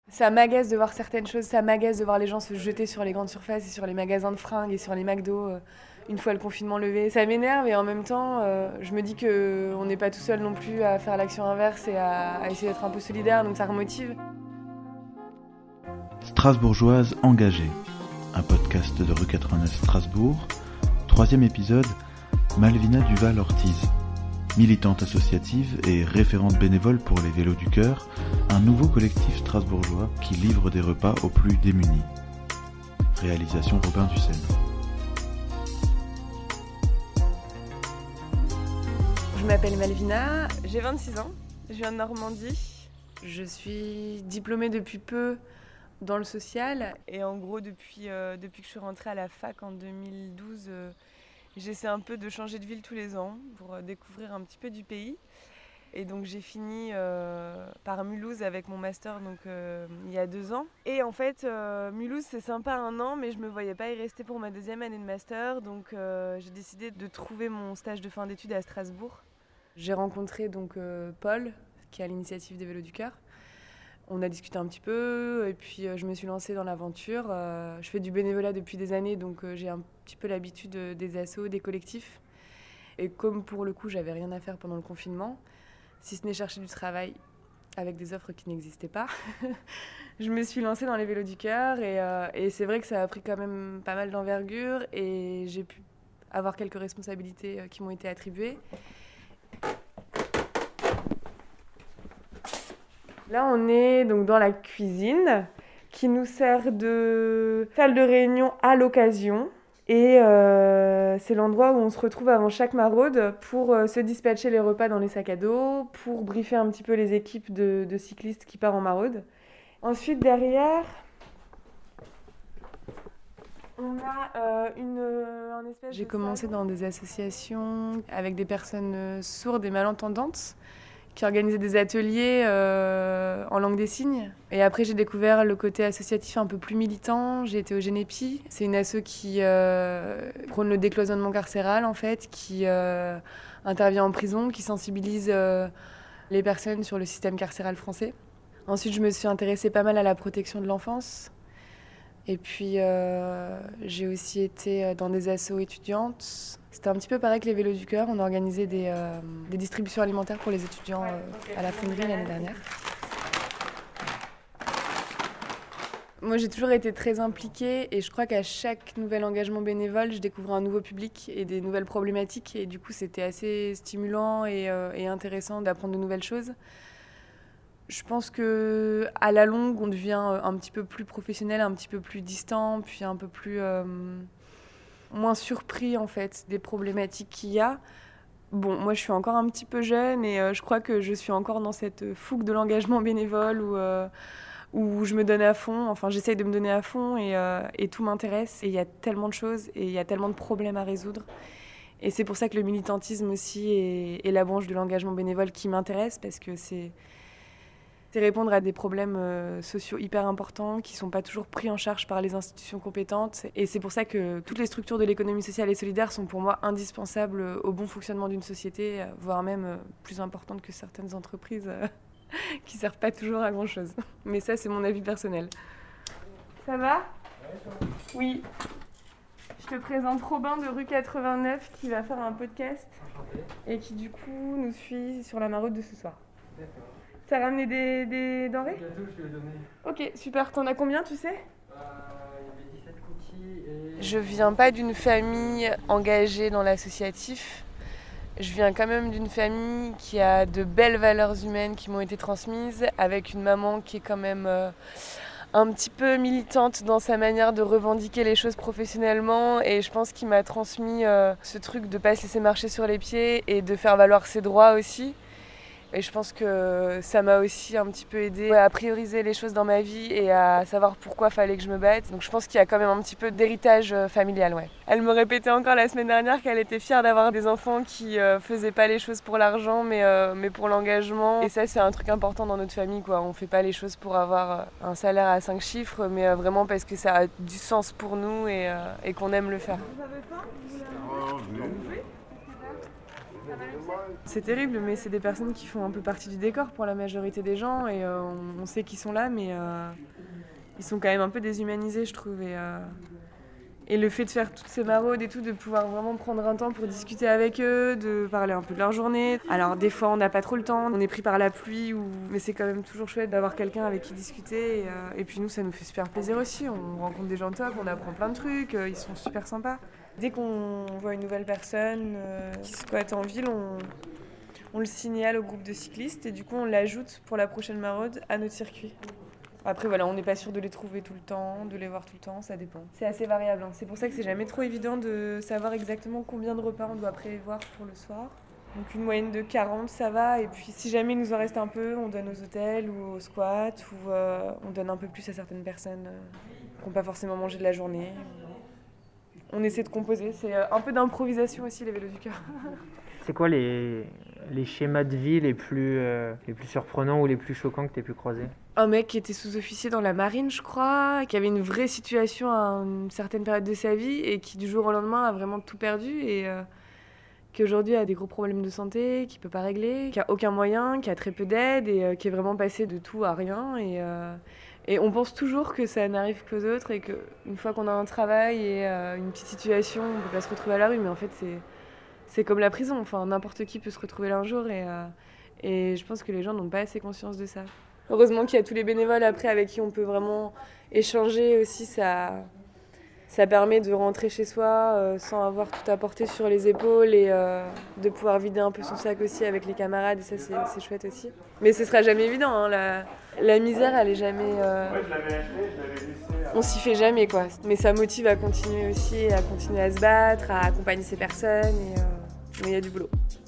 Ça m'agace de voir certaines choses, ça m'agace de voir les gens se jeter sur les grandes surfaces et sur les magasins de fringues et sur les McDo une fois le confinement levé. Ça m'énerve et en même temps, je me dis qu'on n'est pas tout seul non plus à faire l'action inverse et à essayer d'être un peu solidaire, donc ça remotive. Strasbourgeoise engagée, un podcast de Rue 89 Strasbourg, 3e épisode, Malvina Duval-Ortiz. Militante associative et référente bénévole pour les Vélos du Cœur, un nouveau collectif strasbourgeois qui livre des repas aux plus démunis. Réalisation Robin Dussel. Je m'appelle Malvina, j'ai 26 ans, je viens de Normandie. Je suis diplômée depuis peu dans le social et en gros depuis que je suis rentrée à la fac en 2012, j'essaie un peu de changer de ville tous les ans pour découvrir un petit peu du pays. Et donc j'ai fini par Mulhouse avec mon master il y a 2 ans. Et en fait, Mulhouse c'est sympa 1 an, mais je me voyais pas y rester pour ma 2e année de master. Donc j'ai décidé de trouver mon stage de fin d'études à Strasbourg. J'ai rencontré Paul, qui est à l'initiative des Vélos du Cœur. On a discuté un petit peu et puis je me suis lancée dans l'aventure. Je fais du bénévolat depuis des années, donc j'ai un petit peu l'habitude des assos, des collectifs. Et comme pour le coup, j'avais rien à faire pendant le confinement, si ce n'est chercher du travail avec des offres qui n'existaient pas, je me suis lancée dans les Vélos du Cœur et c'est vrai que ça a pris quand même pas mal d'envergure et j'ai pu avoir quelques responsabilités qui m'ont été attribuées. Là, on est donc dans la cuisine qui nous sert de salle de réunion à l'occasion. Et c'est l'endroit où on se retrouve avant chaque maraude pour se dispatcher les repas dans les sacs à dos, pour briefer un petit peu les équipes de cyclistes qui partent en maraude. Ensuite, derrière, on a un espèce J'ai commencé dans des associations avec des personnes sourdes et malentendantes qui organisait des ateliers en langue des signes. Et après, j'ai découvert le côté associatif un peu plus militant. J'ai été au Génépi. C'est une asso qui prône le décloisonnement carcéral, en fait, qui intervient en prison, qui sensibilise les personnes sur le système carcéral français. Ensuite, je me suis intéressée pas mal à la protection de l'enfance. Et puis, j'ai aussi été dans des assos étudiantes. C'était un petit peu pareil que les Vélos du Cœur. On a organisé des distributions alimentaires pour les étudiants à la fonderie l'année dernière. Moi, j'ai toujours été très impliquée et je crois qu'à chaque nouvel engagement bénévole, je découvre un nouveau public et des nouvelles problématiques. Et du coup, c'était assez stimulant et intéressant d'apprendre de nouvelles choses. Je pense qu'à la longue, on devient un petit peu plus professionnel, un petit peu plus distant, puis un peu plus moins surpris en fait des problématiques qu'il y a. Bon, moi je suis encore un petit peu jeune et je crois que je suis encore dans cette fougue de l'engagement bénévole où je me donne à fond, enfin j'essaye de me donner à fond et tout m'intéresse. Et il y a tellement de choses et il y a tellement de problèmes à résoudre. Et c'est pour ça que le militantisme aussi est la branche de l'engagement bénévole qui m'intéresse parce que c'est répondre à des problèmes sociaux hyper importants qui ne sont pas toujours pris en charge par les institutions compétentes. Et c'est pour ça que toutes les structures de l'économie sociale et solidaire sont pour moi indispensables au bon fonctionnement d'une société, voire même plus importantes que certaines entreprises qui ne servent pas toujours à grand-chose. Mais ça, c'est mon avis personnel. Ça va ? Oui. Je te présente Robin de Rue 89 qui va faire un podcast et qui du coup nous suit sur la maraude de ce soir. D'accord. T'as ramené des denrées ? Le gâteau, je te l'ai donné. Ok, super. T'en as combien, tu sais ? Il y avait 17 cookies et... Je viens pas d'une famille engagée dans l'associatif. Je viens quand même d'une famille qui a de belles valeurs humaines qui m'ont été transmises, avec une maman qui est quand même un petit peu militante dans sa manière de revendiquer les choses professionnellement. Et je pense qu'il m'a transmis ce truc de pas se laisser marcher sur les pieds et de faire valoir ses droits aussi. Et je pense que ça m'a aussi un petit peu aidée à prioriser les choses dans ma vie et à savoir pourquoi fallait que je me batte. Donc je pense qu'il y a quand même un petit peu d'héritage familial, ouais. Elle me répétait encore la semaine dernière qu'elle était fière d'avoir des enfants qui faisaient pas les choses pour l'argent mais pour l'engagement. Et ça, c'est un truc important dans notre famille, quoi. On fait pas les choses pour avoir un salaire à 5 chiffres, mais vraiment parce que ça a du sens pour nous et qu'on aime le faire. Vous avez faim ? Vous voulez un C'est terrible, mais c'est des personnes qui font un peu partie du décor pour la majorité des gens et on sait qu'ils sont là, mais ils sont quand même un peu déshumanisés, je trouve. Et le fait de faire toutes ces maraudes et tout, de pouvoir vraiment prendre un temps pour discuter avec eux, de parler un peu de leur journée. Alors des fois on n'a pas trop le temps, on est pris par la pluie, mais c'est quand même toujours chouette d'avoir quelqu'un avec qui discuter. Et puis nous ça nous fait super plaisir aussi, on rencontre des gens top, on apprend plein de trucs, ils sont super sympas. Dès qu'on voit une nouvelle personne qui squatte en ville, on le signale au groupe de cyclistes et du coup on l'ajoute pour la prochaine maraude à notre circuit. Après voilà, on n'est pas sûr de les trouver tout le temps, de les voir tout le temps, ça dépend. C'est assez variable, hein. C'est pour ça que c'est jamais trop évident de savoir exactement combien de repas on doit prévoir pour le soir. Donc une moyenne de 40, ça va. Et puis si jamais il nous en reste un peu, on donne aux hôtels ou aux squats ou on donne un peu plus à certaines personnes qui n'ont pas forcément mangé de la journée. On essaie de composer, c'est un peu d'improvisation aussi les vélos du cœur. C'est quoi les schémas de vie les plus surprenants ou les plus choquants que tu aies pu croiser ? Un mec qui était sous-officier dans la marine, je crois, qui avait une vraie situation à une certaine période de sa vie et qui du jour au lendemain a vraiment tout perdu et qui aujourd'hui a des gros problèmes de santé, qui peut pas régler, qui a aucun moyen, qui a très peu d'aide et qui est vraiment passé de tout à rien. Et on pense toujours que ça n'arrive qu'aux autres et qu'une fois qu'on a un travail et une petite situation, on peut pas se retrouver à la rue, mais en fait c'est comme la prison, enfin n'importe qui peut se retrouver là un jour et je pense que les gens n'ont pas assez conscience de ça. Heureusement qu'il y a tous les bénévoles après avec qui on peut vraiment échanger aussi, ça permet de rentrer chez soi sans avoir tout à porter sur les épaules et de pouvoir vider un peu son sac aussi avec les camarades et ça c'est chouette aussi. Mais ce sera jamais évident, hein, la misère elle est jamais... On s'y fait jamais quoi, mais ça motive à continuer aussi, à continuer à se battre, à accompagner ces personnes mais il y a du boulot.